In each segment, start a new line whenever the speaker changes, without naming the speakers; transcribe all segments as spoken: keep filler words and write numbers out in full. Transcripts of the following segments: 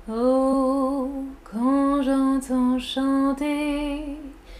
Oh, quand j'entends chanter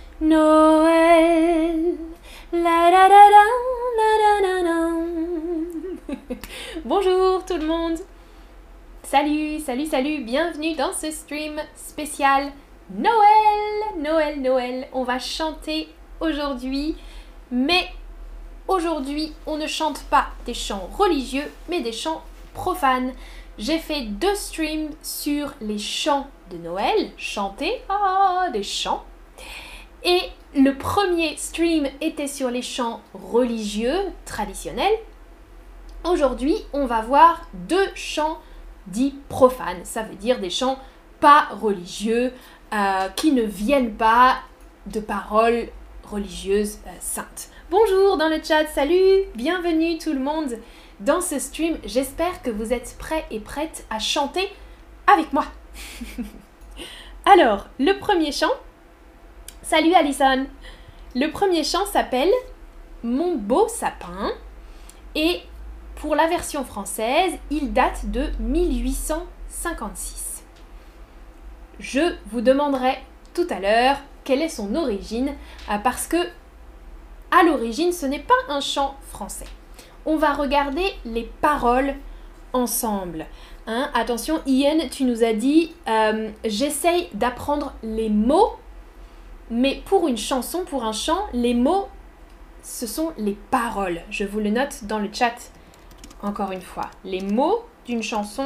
Noël, la la la la la la la la. Bonjour tout le monde. Salut, salut, salut, bienvenue dans ce stream spécial Noël, Noël, Noël. On va chanter aujourd'hui, mais aujourd'hui, on ne chante pas des chants religieux, mais des chants profanes. J'ai fait deux streams sur les chants de Noël, chanter, ah, des chants. Et le premier stream était sur les chants religieux, traditionnels. Aujourd'hui, on va voir deux chants dits profanes. Ça veut dire des chants pas religieux, euh, qui ne viennent pas de paroles religieuses euh, saintes. Bonjour dans le chat, salut, bienvenue tout le monde dans ce stream. J'espère que vous êtes prêts et prêtes à chanter avec moi. Alors, le premier chant, salut Alison. Le premier chant s'appelle Mon beau sapin et pour la version française, il date de mille huit cent cinquante-six. Je vous demanderai tout à l'heure quelle est son origine parce que à l'origine, ce n'est pas un chant français. On va regarder les paroles ensemble. Hein, attention, Ian, tu nous as dit euh, j'essaye d'apprendre les mots, mais pour une chanson, pour un chant, les mots, ce sont les paroles. Je vous le note dans le chat encore une fois. Les mots d'une chanson,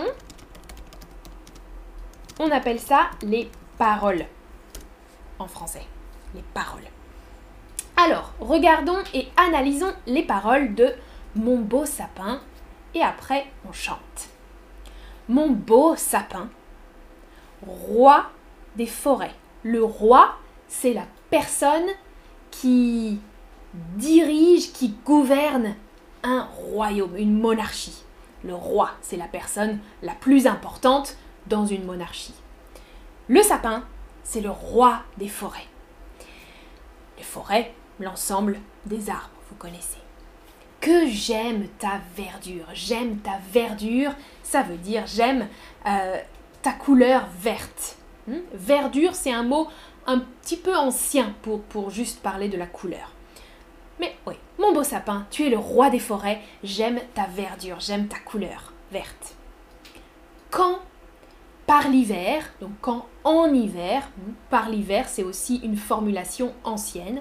on appelle ça les paroles en français. Les paroles. Alors, regardons et analysons les paroles de Mon beau sapin et après on chante. Mon beau sapin, roi des forêts. Le roi, c'est la personne qui dirige, qui gouverne un royaume, une monarchie. Le roi, c'est la personne la plus importante dans une monarchie. Le sapin, c'est le roi des forêts. Les forêts, l'ensemble des arbres, vous connaissez. Que j'aime ta verdure. J'aime ta verdure, ça veut dire j'aime euh, ta couleur verte. Hmm? Verdure, c'est un mot un petit peu ancien pour, pour juste parler de la couleur. Mais oui, mon beau sapin, tu es le roi des forêts, j'aime ta verdure, j'aime ta couleur verte. Quand par l'hiver, donc quand en hiver, par l'hiver, c'est aussi une formulation ancienne.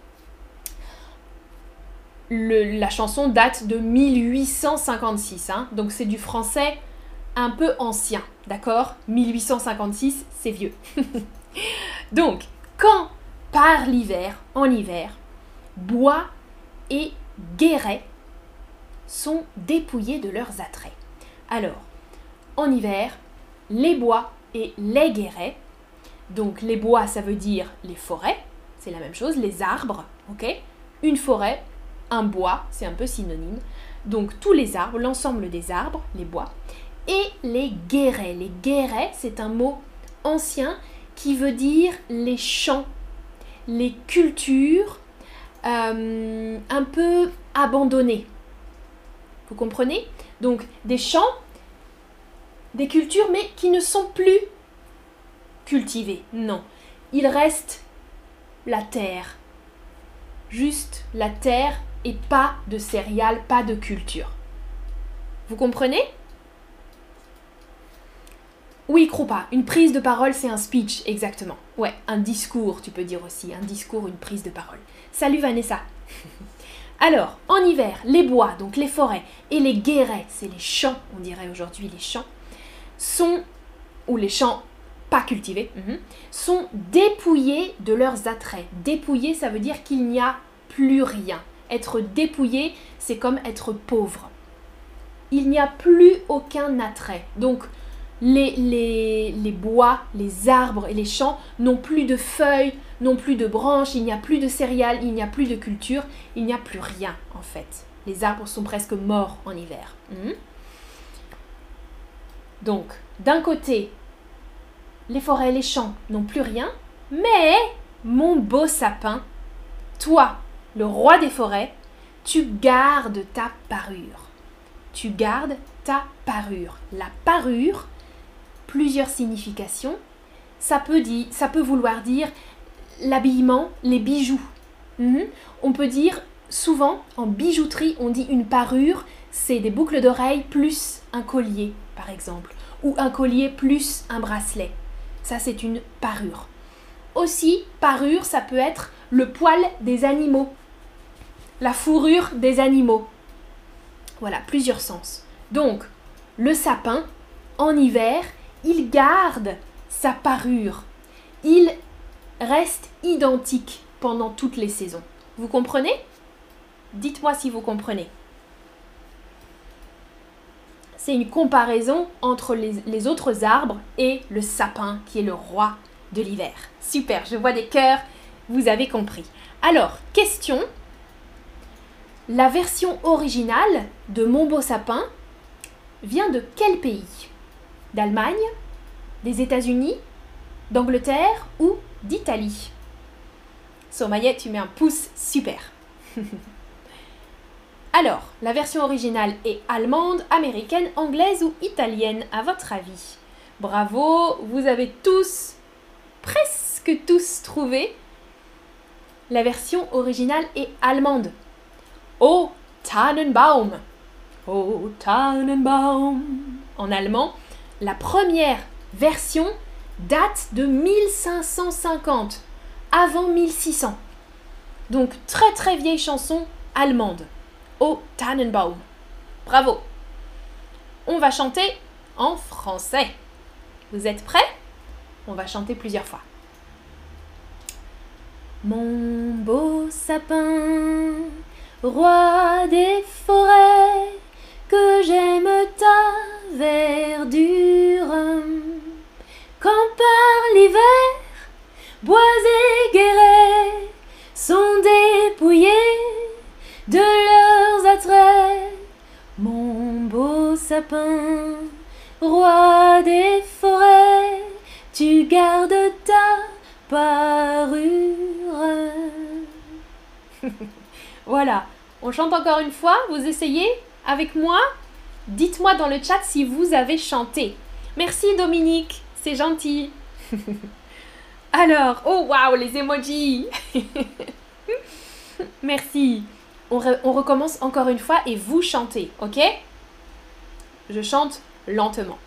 Le, la chanson date de mille huit cent cinquante-six, hein, donc c'est du français un peu ancien, d'accord? mille huit cent cinquante-six, c'est vieux. Donc, quand par l'hiver, en hiver, bois et guérets sont dépouillés de leurs attraits. Alors, en hiver, les bois et les guérets, donc les bois ça veut dire les forêts, c'est la même chose, les arbres, ok? Une forêt, un bois, c'est un peu synonyme, donc tous les arbres, l'ensemble des arbres, les bois, et les guérets. Les guérets, c'est un mot ancien qui veut dire les champs, les cultures euh, un peu abandonnées. Vous comprenez? Donc des champs, des cultures, mais qui ne sont plus cultivées. Non, il reste la terre. Juste la terre et pas de céréales, pas de culture. Vous comprenez? Oui, Krupa, une prise de parole, c'est un speech, exactement. Ouais, un discours, tu peux dire aussi. Un discours, une prise de parole. Salut Vanessa. Alors, en hiver, les bois, donc les forêts, et les guérets, c'est les champs, on dirait aujourd'hui les champs, sont, ou les champs pas cultivés, mm-hmm, sont dépouillés de leurs attraits. Dépouillés, ça veut dire qu'il n'y a plus rien. Être dépouillé, c'est comme être pauvre. Il n'y a plus aucun attrait. Donc, les, les, les bois, les arbres et les champs n'ont plus de feuilles, n'ont plus de branches, il n'y a plus de céréales, il n'y a plus de culture, il n'y a plus rien en fait. Les arbres sont presque morts en hiver. Mm-hmm. Donc, d'un côté, les forêts et les champs n'ont plus rien, mais mon beau sapin, toi, le roi des forêts, tu gardes ta parure. Tu gardes ta parure. La parure, plusieurs significations. Ça peut, dire, ça peut vouloir dire l'habillement, les bijoux. Mm-hmm. On peut dire, souvent, en bijouterie, on dit une parure, c'est des boucles d'oreilles plus un collier, par exemple. Ou un collier plus un bracelet. Ça, c'est une parure. Aussi, parure, ça peut être le poil des animaux. La fourrure des animaux. Voilà, plusieurs sens. Donc, le sapin, en hiver, il garde sa parure. Il reste identique pendant toutes les saisons. Vous comprenez? Dites-moi si vous comprenez. C'est une comparaison entre les, les autres arbres et le sapin qui est le roi de l'hiver. Super, je vois des cœurs, vous avez compris. Alors, question. La version originale de Mon beau sapin vient de quel pays? D'Allemagne, des États-Unis, d'Angleterre ou d'Italie? Somaïa, tu mets un pouce, super. Alors, la version originale est allemande, américaine, anglaise ou italienne, à votre avis? Bravo, vous avez tous, presque tous trouvé. La version originale est allemande. O Tannenbaum. O Tannenbaum. En allemand, la première version date de mille cinq cent cinquante, avant mille six cents. Donc, très très vieille chanson allemande. O Tannenbaum. Bravo. On va chanter en français. Vous êtes prêts? On va chanter plusieurs fois. Mon beau sapin, roi des forêts, que j'aime ta verdure. Quand par l'hiver, bois et guérets sont dépouillés de leurs attraits. Mon beau sapin, roi des forêts, tu gardes ta parure. Voilà, on chante encore une fois, vous essayez avec moi? Dites-moi dans le chat si vous avez chanté. Merci Dominique, c'est gentil. Alors, oh waouh, les emojis. Merci. On, re- on recommence encore une fois et vous chantez, ok? Je chante lentement.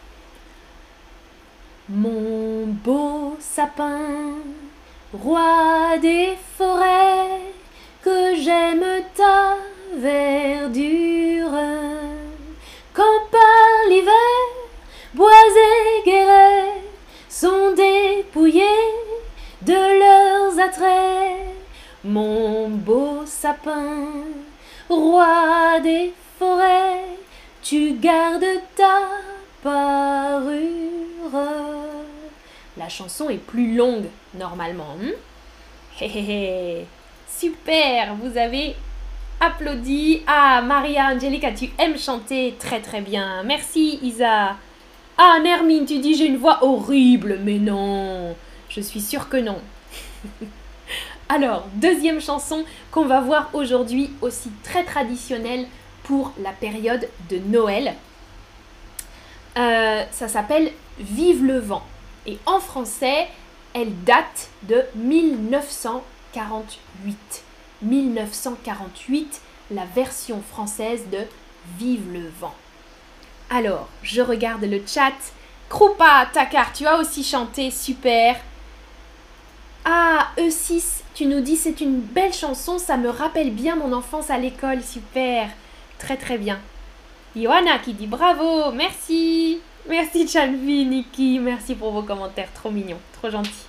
Mon beau sapin, roi des forêts, que j'aime ta verdure. Quand par l'hiver, bois et guérets sont dépouillés de leurs attraits. Mon beau sapin, roi des forêts, tu gardes ta parure. La chanson est plus longue normalement. Hein? Hé hé hé. Super, vous avez applaudi. Ah, Maria Angelica, tu aimes chanter très très bien. Merci Isa. Ah, Nermine, tu dis j'ai une voix horrible. Mais non, je suis sûre que non. Alors, deuxième chanson qu'on va voir aujourd'hui, aussi très traditionnelle pour la période de Noël. Euh, ça s'appelle Vive le vent. Et en français, elle date de mille neuf cent quarante-huit. mille neuf cent quarante-huit, la version française de Vive le vent. Alors, je regarde le chat. Krupa, Takar, tu as aussi chanté, super. Ah, E six, tu nous dis c'est une belle chanson, ça me rappelle bien mon enfance à l'école, super. Très très bien. Johanna qui dit bravo, merci. Merci Chanvi, Niki, merci pour vos commentaires, trop mignons, trop gentils.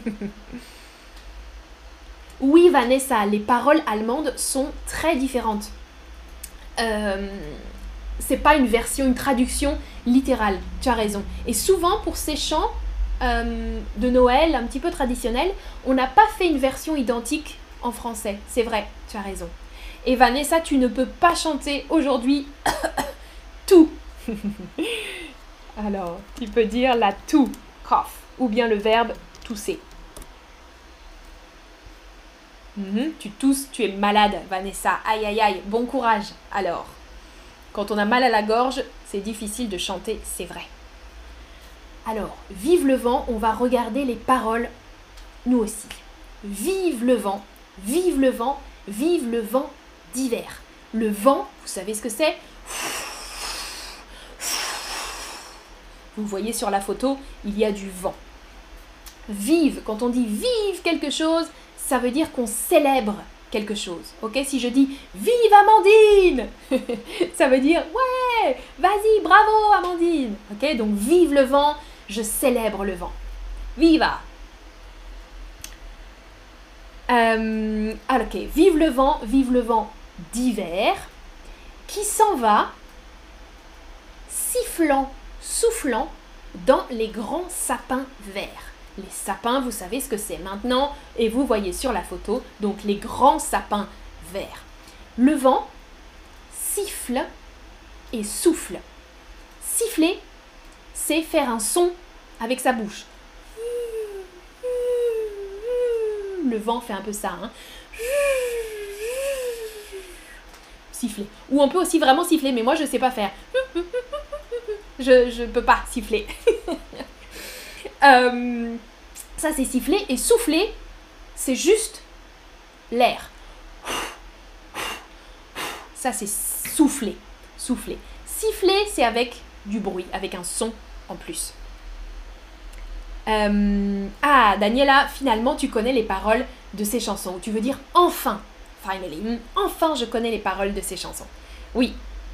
Oui Vanessa, les paroles allemandes sont très différentes. Euh, c'est pas une version, une traduction littérale, tu as raison. Et souvent pour ces chants euh, de Noël, un petit peu traditionnels, on n'a pas fait une version identique en français, c'est vrai, tu as raison. Et Vanessa, tu ne peux pas chanter aujourd'hui tout. Alors, tu peux dire la toux, cough, ou bien le verbe tousser. Mm-hmm, tu tousses, tu es malade, Vanessa. Aïe, aïe, aïe, bon courage. Alors, quand on a mal à la gorge, c'est difficile de chanter, c'est vrai. Alors, vive le vent, on va regarder les paroles, nous aussi. Vive le vent, vive le vent, vive le vent d'hiver. Le vent, vous savez ce que c'est? Vous voyez sur la photo, il y a du vent. Vive, quand on dit vive quelque chose, ça veut dire qu'on célèbre quelque chose. Ok, si je dis vive Amandine, ça veut dire ouais, vas-y, bravo Amandine. Ok, donc vive le vent, je célèbre le vent. Viva. Euh, alors, ok, vive le vent, vive le vent d'hiver qui s'en va sifflant, soufflant dans les grands sapins verts. Les sapins, vous savez ce que c'est maintenant, et vous voyez sur la photo, donc les grands sapins verts. Le vent siffle et souffle. Siffler, c'est faire un son avec sa bouche. Le vent fait un peu ça, hein. Siffler. Ou on peut aussi vraiment siffler, mais moi je ne sais pas faire. Je ne peux pas siffler. euh, ça c'est siffler, et souffler, c'est juste l'air. Ça c'est souffler. Souffler. Siffler, c'est avec du bruit, avec un son en plus. Euh, ah, Daniela, finalement tu connais les paroles de ces chansons. Ou tu veux dire enfin, finally, enfin je connais les paroles de ces chansons. Oui.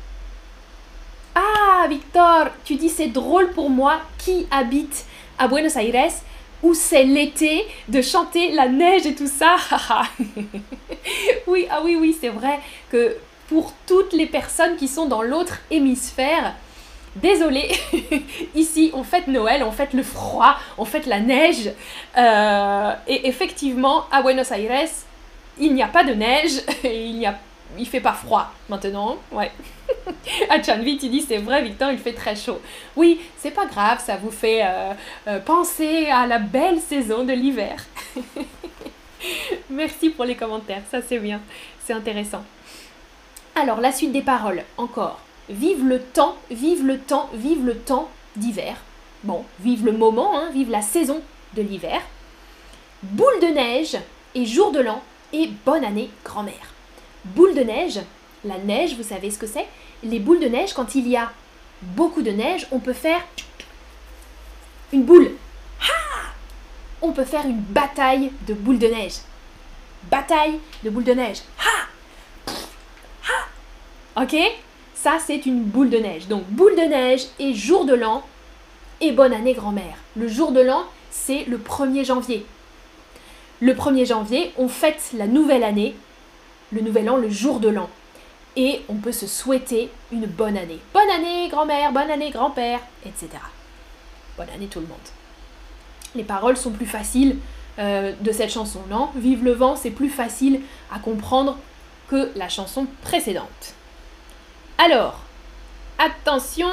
Ah, Victor, tu dis c'est drôle pour moi qui habite à Buenos Aires où c'est l'été de chanter la neige et tout ça. Oui, ah oui, oui, c'est vrai que pour toutes les personnes qui sont dans l'autre hémisphère, désolée, ici on fête Noël, on fête le froid, on fête la neige. Euh, et effectivement, à Buenos Aires, il n'y a pas de neige et il n'y a il fait pas froid maintenant, ouais. À Chanvi, tu dis c'est vrai, Victor, il fait très chaud. Oui, c'est pas grave, ça vous fait euh, euh, penser à la belle saison de l'hiver. Merci pour les commentaires, ça c'est bien, c'est intéressant. Alors, la suite des paroles, encore. Vive le temps, vive le temps, vive le temps d'hiver. Bon, vive le moment, hein, vive la saison de l'hiver. Boule de neige et jour de l'an et bonne année grand-mère. Boule de neige, la neige, vous savez ce que c'est? Les boules de neige, quand il y a beaucoup de neige, on peut faire une boule. Ha! On peut faire une bataille de boules de neige. Bataille de boules de neige. Ha! Ha! Ok? Ça, c'est une boule de neige. Donc, boule de neige et jour de l'an et bonne année grand-mère. Le jour de l'an, c'est le premier janvier. Le premier janvier, on fête la nouvelle année, le nouvel an, le jour de l'an. Et on peut se souhaiter une bonne année. Bonne année grand-mère, bonne année grand-père, et cetera. Bonne année tout le monde. Les paroles sont plus faciles euh, de cette chanson, non? Vive le vent, c'est plus facile à comprendre que la chanson précédente. Alors, attention,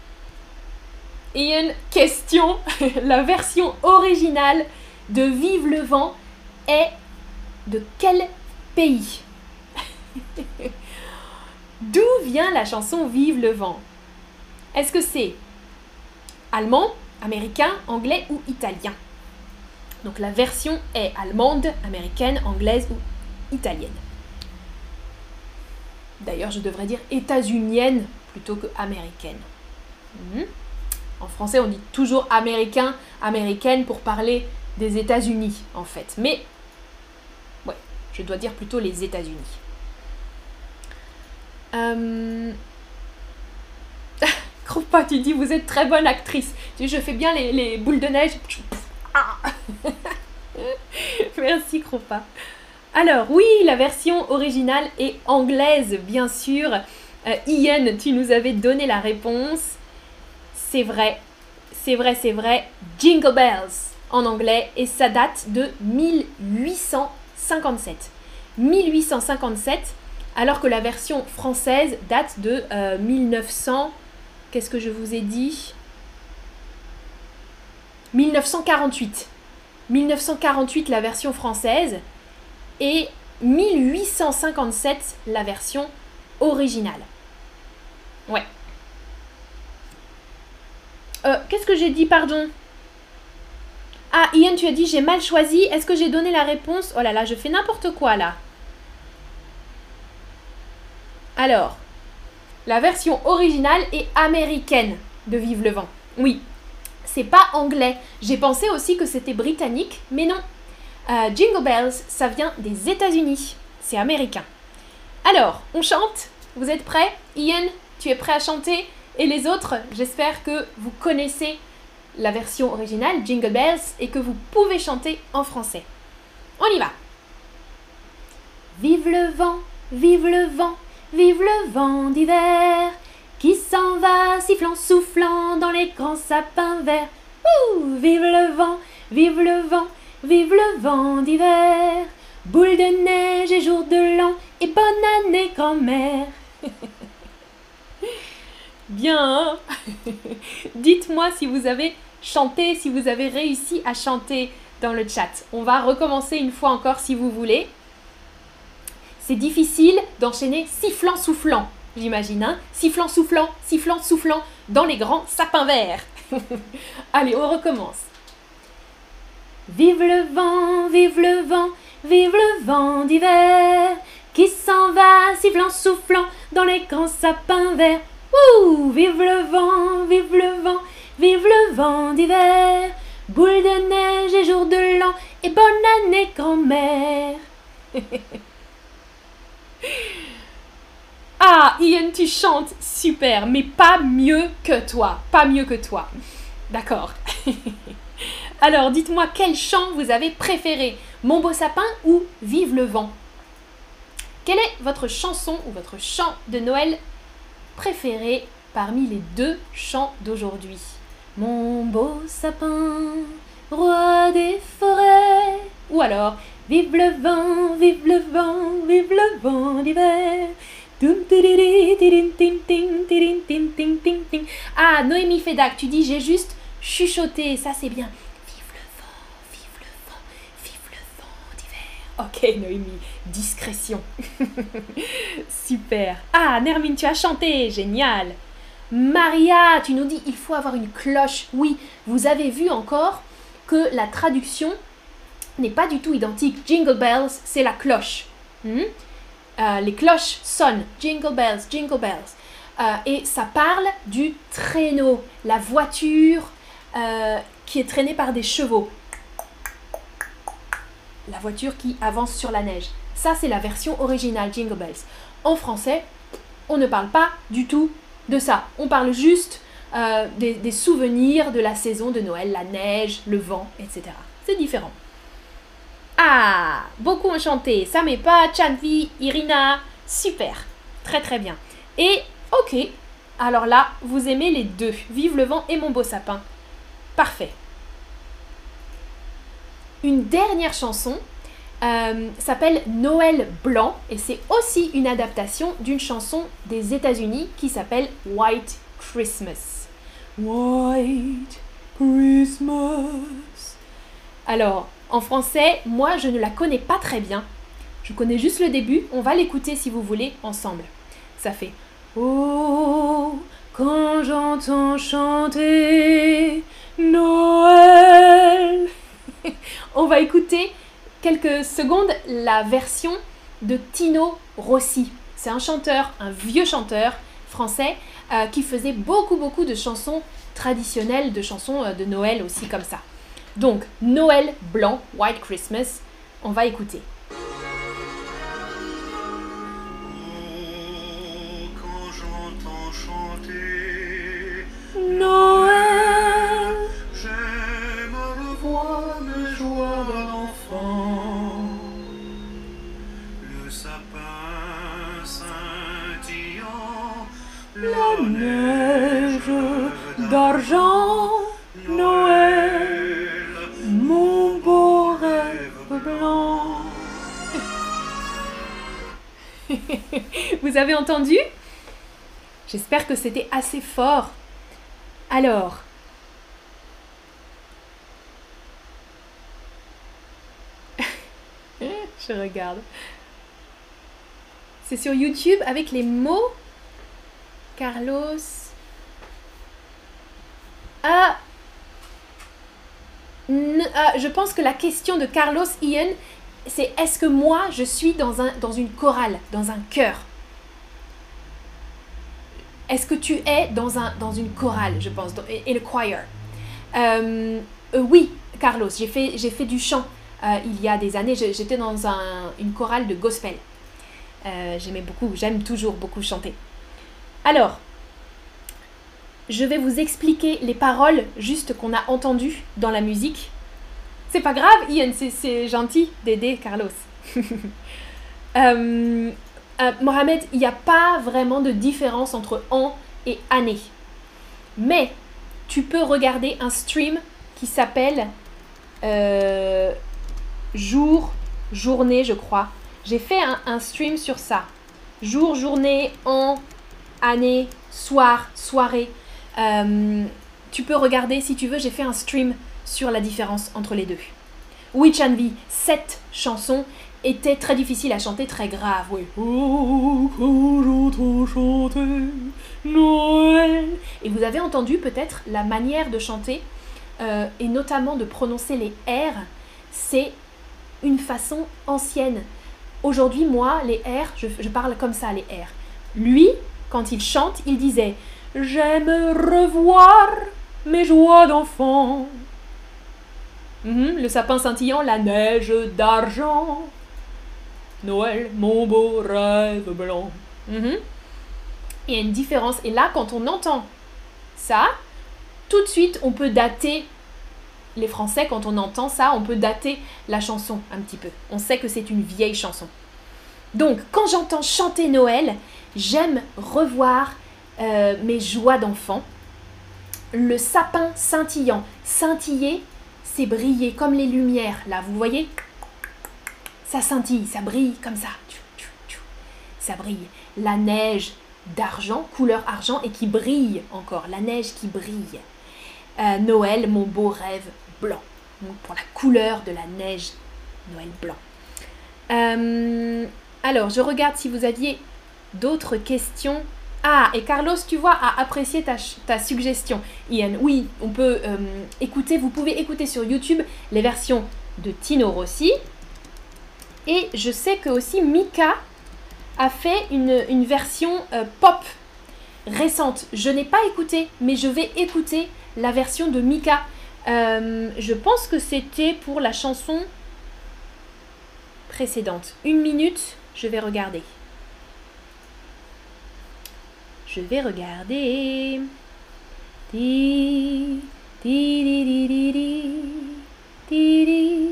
Ian, question. La version originale de Vive le vent est de quel pays? D'où vient la chanson Vive le vent? Est-ce que c'est allemand, américain, anglais ou italien? Donc la version est allemande, américaine, anglaise ou italienne. D'ailleurs, je devrais dire états-unienne plutôt que américaine. Mmh. En français, on dit toujours américain, américaine pour parler des États-Unis, en fait. Mais, ouais, je dois dire plutôt les États-Unis. Euh... Cropa, tu dis, vous êtes très bonne actrice. Tu dis, je fais bien les, les boules de neige. Ah. Merci, Cropa. Alors, oui, la version originale est anglaise, bien sûr. Euh, Ian, tu nous avais donné la réponse. C'est vrai, c'est vrai, c'est vrai. Jingle Bells en anglais, et ça date de mille huit cent cinquante-sept. mille huit cent cinquante-sept, alors que la version française date de euh, mille neuf cents... Qu'est-ce que je vous ai dit? mille neuf cent quarante-huit. mille neuf cent quarante-huit, la version française, et mille huit cent cinquante-sept, la version originale. Ouais. Euh, Qu'est-ce que j'ai dit, pardon? Ah, Ian, tu as dit j'ai mal choisi. Est-ce que j'ai donné la réponse? Oh là là, je fais n'importe quoi là. Alors, la version originale est américaine de Vive le vent. Oui, c'est pas anglais. J'ai pensé aussi que c'était britannique, mais non. Euh, Jingle Bells, ça vient des États-Unis. C'est américain. Alors, on chante? Vous êtes prêts? Ian, tu es prêt à chanter? Et les autres, j'espère que vous connaissez la version originale, Jingle Bells, et que vous pouvez chanter en français. On y va! Vive le vent, vive le vent, vive le vent d'hiver, qui s'en va sifflant, soufflant dans les grands sapins verts. Ouh, vive le vent, vive le vent, vive le vent d'hiver, boule de neige et jour de l'an, et bonne année grand-mère. Bien, hein? Dites-moi si vous avez chanté, si vous avez réussi à chanter dans le chat. On va recommencer une fois encore si vous voulez. C'est difficile d'enchaîner sifflant, soufflant, j'imagine, hein? Sifflant, soufflant, sifflant, soufflant dans les grands sapins verts. Allez, on recommence. Vive le vent, vive le vent, vive le vent d'hiver, qui s'en va sifflant, soufflant dans les grands sapins verts. Ouh, vive le vent, vive le vent, vive le vent d'hiver, boule de neige et jour de l'an, et bonne année grand-mère. Ah, Ian, tu chantes super, mais pas mieux que toi, pas mieux que toi. D'accord. Alors, dites-moi quel chant vous avez préféré, Mon beau sapin ou Vive le vent? Quelle est votre chanson ou votre chant de Noël préféré parmi les deux chants d'aujourd'hui? Mon beau sapin, roi des forêts. Ou alors, vive le vent, vive le vent, vive le vent d'hiver. Ah, Noémie Fedak, tu dis j'ai juste chuchoté, ça c'est bien. Vive le vent, vive le vent, vive le vent d'hiver. Ok Noémie, discrétion. Super. Ah, Nermine, tu as chanté, génial. Maria, tu nous dis il faut avoir une cloche. Oui, vous avez vu encore que la traduction n'est pas du tout identique. Jingle bells, c'est la cloche. Hmm? Euh, les cloches sonnent. Jingle bells, jingle bells. Euh, et ça parle du traîneau, la voiture euh, qui est traînée par des chevaux. La voiture qui avance sur la neige. Ça, c'est la version originale, Jingle Bells. En français, on ne parle pas du tout de ça. On parle juste euh, des, des souvenirs de la saison de Noël, la neige, le vent, et cetera. C'est différent. Ah, beaucoup ont chanté. Samepa, Chanvi, Irina. Super. Très très bien. Et, ok. Alors là, vous aimez les deux. Vive le vent et Mon beau sapin. Parfait. Une dernière chanson euh, s'appelle Noël blanc et c'est aussi une adaptation d'une chanson des États-Unis qui s'appelle White Christmas. White Christmas. Alors, en français, moi je ne la connais pas très bien. Je connais juste le début. On va l'écouter si vous voulez ensemble. Ça fait oh, quand j'entends chanter Noël. On va écouter quelques secondes la version de Tino Rossi. C'est un chanteur, un vieux chanteur français euh, qui faisait beaucoup beaucoup de chansons traditionnelles, de chansons euh, de Noël aussi comme ça. Donc, Noël blanc, White Christmas, on va écouter.
Quand j'entends chanter
Noël,
j'aime revoir mes joies d'enfant, le sapin scintillant,
la neige d'argent, Noël, mon beau rêve blanc. Vous avez entendu? J'espère que c'était assez fort. Alors, je regarde. C'est sur YouTube avec les mots. Carlos. Ah, n- ah, je pense que la question de Carlos Ian, c'est est-ce que moi, je suis dans, un, dans une chorale, dans un chœur? Est-ce que tu es dans, un, dans une chorale, je pense, dans, in a choir? Euh, euh, oui, Carlos, j'ai fait, j'ai fait du chant euh, il y a des années. Je- J'étais dans un- une chorale de gospel. Euh, j'aimais beaucoup, j'aime toujours beaucoup chanter. Alors, je vais vous expliquer les paroles juste qu'on a entendues dans la musique. C'est pas grave, Ian, c'est- c'est gentil d'aider Carlos. Euh, euh, Mohamed, il n'y a pas vraiment de différence entre an et année. Mais tu peux regarder un stream qui s'appelle euh, jour, journée, je crois. J'ai fait un, un stream sur ça. Jour, journée, an, année, soir, soirée. Euh, tu peux regarder si tu veux, j'ai fait un stream sur la différence entre les deux. Oui, Chanvi, cette chanson était très difficile à chanter, très grave, oui. Oh, quand j'entends chanter Noël. Et vous avez entendu peut-être la manière de chanter euh, et notamment de prononcer les R, c'est une façon ancienne. Aujourd'hui, moi, les R, je, je parle comme ça, les R. Lui, quand il chante, il disait « J'aime revoir mes joies d'enfant. Mhm, le sapin scintillant, la neige d'argent. Noël, mon beau rêve blanc. Mhm. » Il y a une différence. Et là, quand on entend ça, tout de suite, on peut dater les Français, quand on entend ça, on peut dater la chanson un petit peu. On sait que c'est une vieille chanson. Donc, quand j'entends chanter Noël, j'aime revoir euh, mes joies d'enfant. Le sapin scintillant. Scintiller, c'est briller comme les lumières. Là, vous voyez? Ça scintille, ça brille comme ça. Ça brille. La neige d'argent, couleur argent, et qui brille encore. La neige qui brille. Euh, Noël, mon beau rêve blanc. Donc, pour la couleur de la neige, Noël blanc. Euh, alors, je regarde si vous aviez d'autres questions. Ah, et Carlos, tu vois, a apprécié ta, ta suggestion. Ian, oui, on peut euh, écouter, vous pouvez écouter sur YouTube les versions de Tino Rossi. Et je sais que aussi Mika a fait une, une version euh, pop récente. Je n'ai pas écouté, mais je vais écouter la version de Mika. Euh, je pense que c'était pour la chanson précédente. Une minute, je vais regarder. Je vais regarder. Di, di, di, di, di, di, di, di.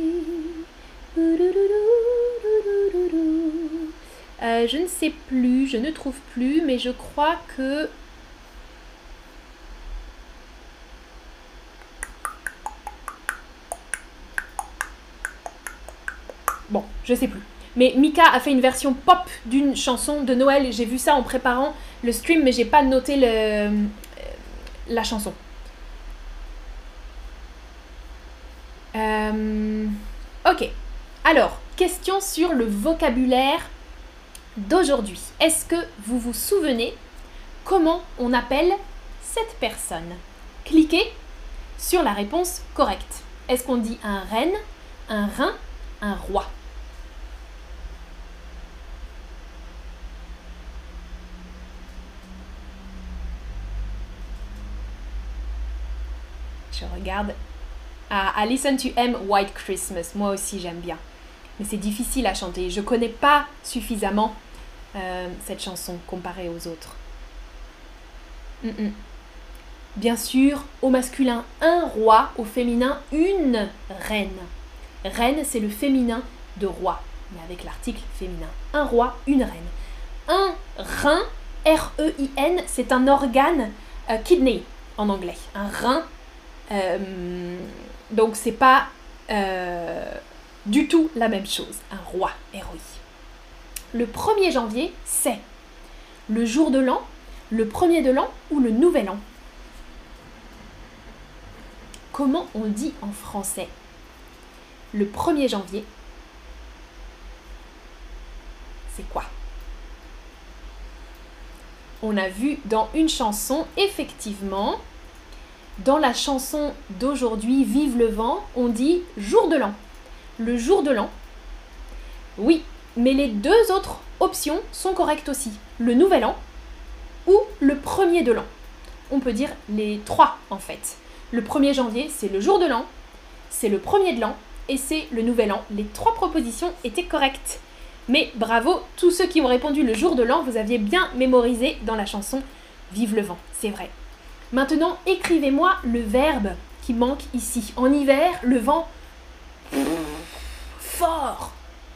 Euh, je ne sais plus, je ne trouve plus, mais je crois que... Bon, je sais plus. Mais Mika a fait une version pop d'une chanson de Noël. J'ai vu ça en préparant le stream, mais j'ai pas noté le, euh, la chanson. Euh, ok. Alors, question sur le vocabulaire d'aujourd'hui. Est-ce que vous vous souvenez comment on appelle cette personne? Cliquez sur la réponse correcte. Est-ce qu'on dit un renne, un rein, un roi? Je regarde. Ah, Alison, tu aimes White Christmas. Moi aussi, j'aime bien. Mais c'est difficile à chanter. Je connais pas suffisamment euh, cette chanson comparée aux autres. Mm-mm. Bien sûr, au masculin, un roi. Au féminin, une reine. Reine, c'est le féminin de roi, mais avec l'article féminin. Un roi, une reine. Un rein, R E I N, c'est un organe, euh, kidney en anglais. Un rein, euh, donc c'est pas euh, du tout la même chose. Un roi, R O I. Le premier janvier, c'est le jour de l'an, le premier de l'an ou le nouvel an? Comment on dit en français? Le premier janvier, c'est quoi? On a vu dans une chanson, effectivement, dans la chanson d'aujourd'hui, Vive le vent, on dit jour de l'an. Le jour de l'an. Oui, mais les deux autres options sont correctes aussi. Le nouvel an ou le premier de l'an. On peut dire les trois en fait. Le premier janvier, c'est le jour de l'an, c'est le premier de l'an et c'est le nouvel an. Les trois propositions étaient correctes. Mais bravo, tous ceux qui ont répondu le jour de l'an, vous aviez bien mémorisé dans la chanson Vive le vent, c'est vrai. Maintenant, écrivez-moi le verbe qui manque ici. En hiver, le vent fort.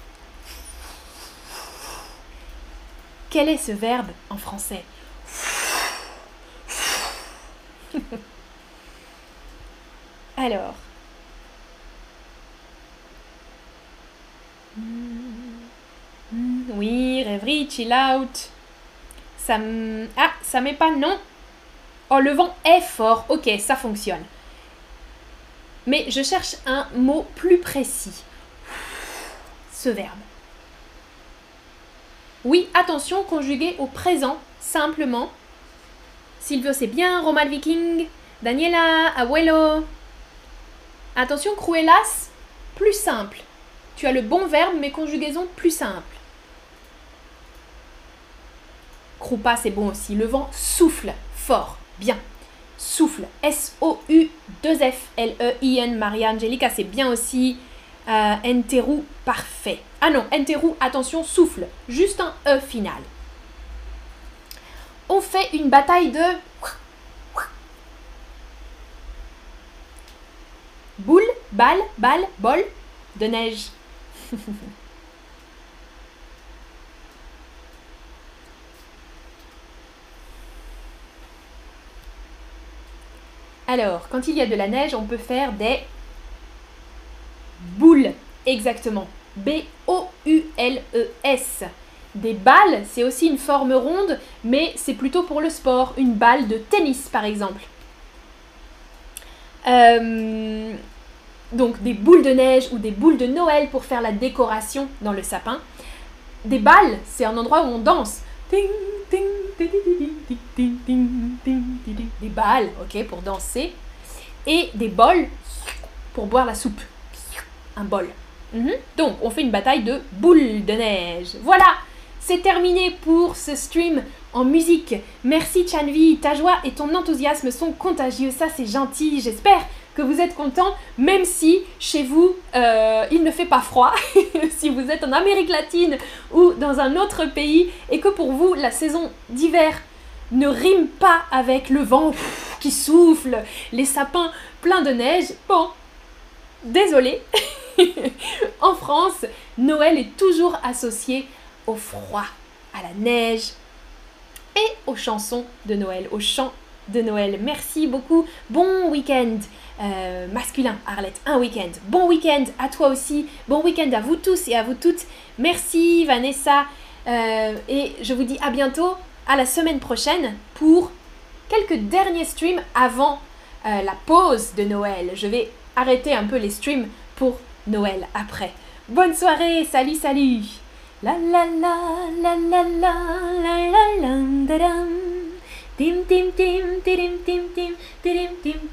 Quel est ce verbe en français? Alors. Oui, rêverie, chill out. Ça m... Ah, ça met pas, non. Oh, le vent est fort. Ok, ça fonctionne. Mais je cherche un mot plus précis. Ce verbe. Oui, attention, conjugué au présent, simplement. Silvio, c'est bien. Romal Viking. Daniela, abuelo. Attention, cruelas, plus simple. Tu as le bon verbe, mais conjugaison plus simple. Krupa, c'est bon aussi. Le vent souffle fort. Bien. Souffle. S O U deux F L E I N. Maria Angelica, c'est bien aussi. Euh, enteru, parfait. Ah non, enteru, attention, souffle. Juste un E final. On fait une bataille de... boule, balle, balle, bol de neige. Alors, quand il y a de la neige, on peut faire des boules. Exactement. B O U L E S. Des balles, c'est aussi une forme ronde, mais c'est plutôt pour le sport. Une balle de tennis, par exemple. Euh, donc, des boules de neige ou des boules de Noël pour faire la décoration dans le sapin. Des balles, c'est un endroit où on danse. Des balles, ok, pour danser. Et des bols pour boire la soupe. Un bol. Mm-hmm. Donc, on fait une bataille de boules de neige. Voilà, c'est terminé pour ce stream en musique. Merci Chanvi, ta joie et ton enthousiasme sont contagieux. Ça, c'est gentil. J'espère que vous êtes contents, même si chez vous, euh, il ne fait pas froid. Si vous êtes en Amérique latine ou dans un autre pays et que pour vous, la saison d'hiver ne rime pas avec le vent qui souffle, les sapins pleins de neige. Bon, désolé. En France, Noël est toujours associé au froid, à la neige et aux chansons de Noël, aux chants de Noël. Merci beaucoup. Bon week-end euh, masculin, Arlette. Un week-end. Bon week-end à toi aussi. Bon week-end à vous tous et à vous toutes. Merci Vanessa. Euh, et je vous dis à bientôt, à la semaine prochaine pour quelques derniers streams avant euh, la pause de Noël. Je vais arrêter un peu les streams pour Noël après. Bonne soirée. Salut, salut. La la la la la la la la la la. Tim tim tim tim tim tim tim tim tim.